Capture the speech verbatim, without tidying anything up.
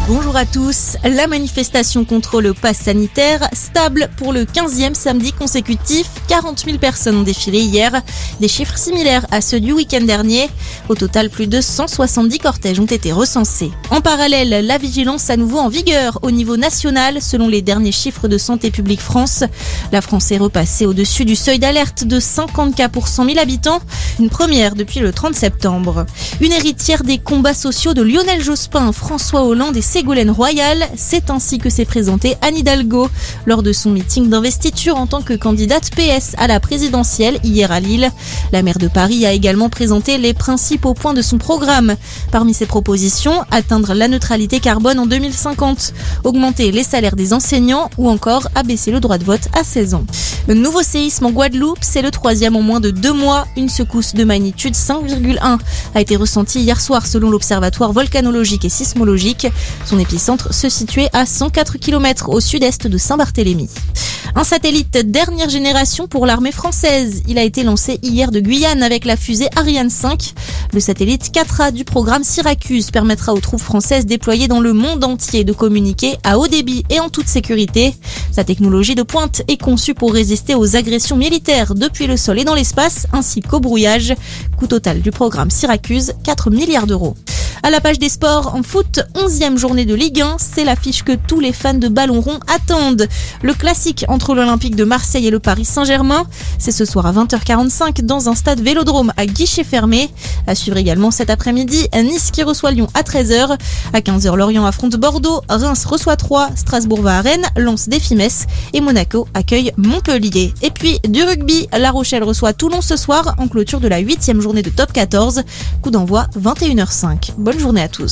Bonjour à tous. La manifestation contre le pass sanitaire, stable pour le quinzième samedi consécutif. quarante mille personnes ont défilé hier. Des chiffres similaires à ceux du week-end dernier. Au total, plus de cent soixante-dix cortèges ont été recensés. En parallèle, la vigilance à nouveau en vigueur au niveau national, selon les derniers chiffres de Santé publique France. La France est repassée au-dessus du seuil d'alerte de cinquante cas pour cent mille habitants. Une première depuis le trente septembre. Une héritière des combats sociaux de Lionel Jospin, François Hollande et Ségolène Royal, c'est ainsi que s'est présentée Anne Hidalgo lors de son meeting d'investiture en tant que candidate P S à la présidentielle hier à Lille. La maire de Paris a également présenté les principaux points de son programme. Parmi ses propositions, atteindre la neutralité carbone en deux mille cinquante, augmenter les salaires des enseignants ou encore abaisser le droit de vote à seize ans. Le nouveau séisme en Guadeloupe, c'est le troisième en moins de deux mois. Une secousse de magnitude cinq virgule un a été ressentie hier soir selon l'Observatoire volcanologique et sismologique. Son épicentre se situait à cent quatre kilomètres au sud-est de Saint-Barthélemy. Un satellite dernière génération pour l'armée française. Il a été lancé hier de Guyane avec la fusée Ariane cinq. Le satellite quatre A du programme Syracuse permettra aux troupes françaises déployées dans le monde entier de communiquer à haut débit et en toute sécurité. Sa technologie de pointe est conçue pour résister aux agressions militaires depuis le sol et dans l'espace, ainsi qu'au brouillage. Coût total du programme Syracuse, quatre milliards d'euros. À la page des sports, en foot, onzième journée de Ligue un, c'est l'affiche que tous les fans de ballon rond attendent. Le classique entre l'Olympique de Marseille et le Paris Saint-Germain, c'est ce soir à vingt heures quarante-cinq dans un stade Vélodrome à guichet fermé. À suivre également cet après-midi, Nice qui reçoit Lyon à treize heures. À quinze heures, Lorient affronte Bordeaux, Reims reçoit Troyes, Strasbourg va à Rennes, Lens défie Metz et Monaco accueille Montpellier. Et puis du rugby, La Rochelle reçoit Toulon ce soir en clôture de la huitième journée de top quatorze. Coup d'envoi vingt et une heures cinq. Bonne journée à tous.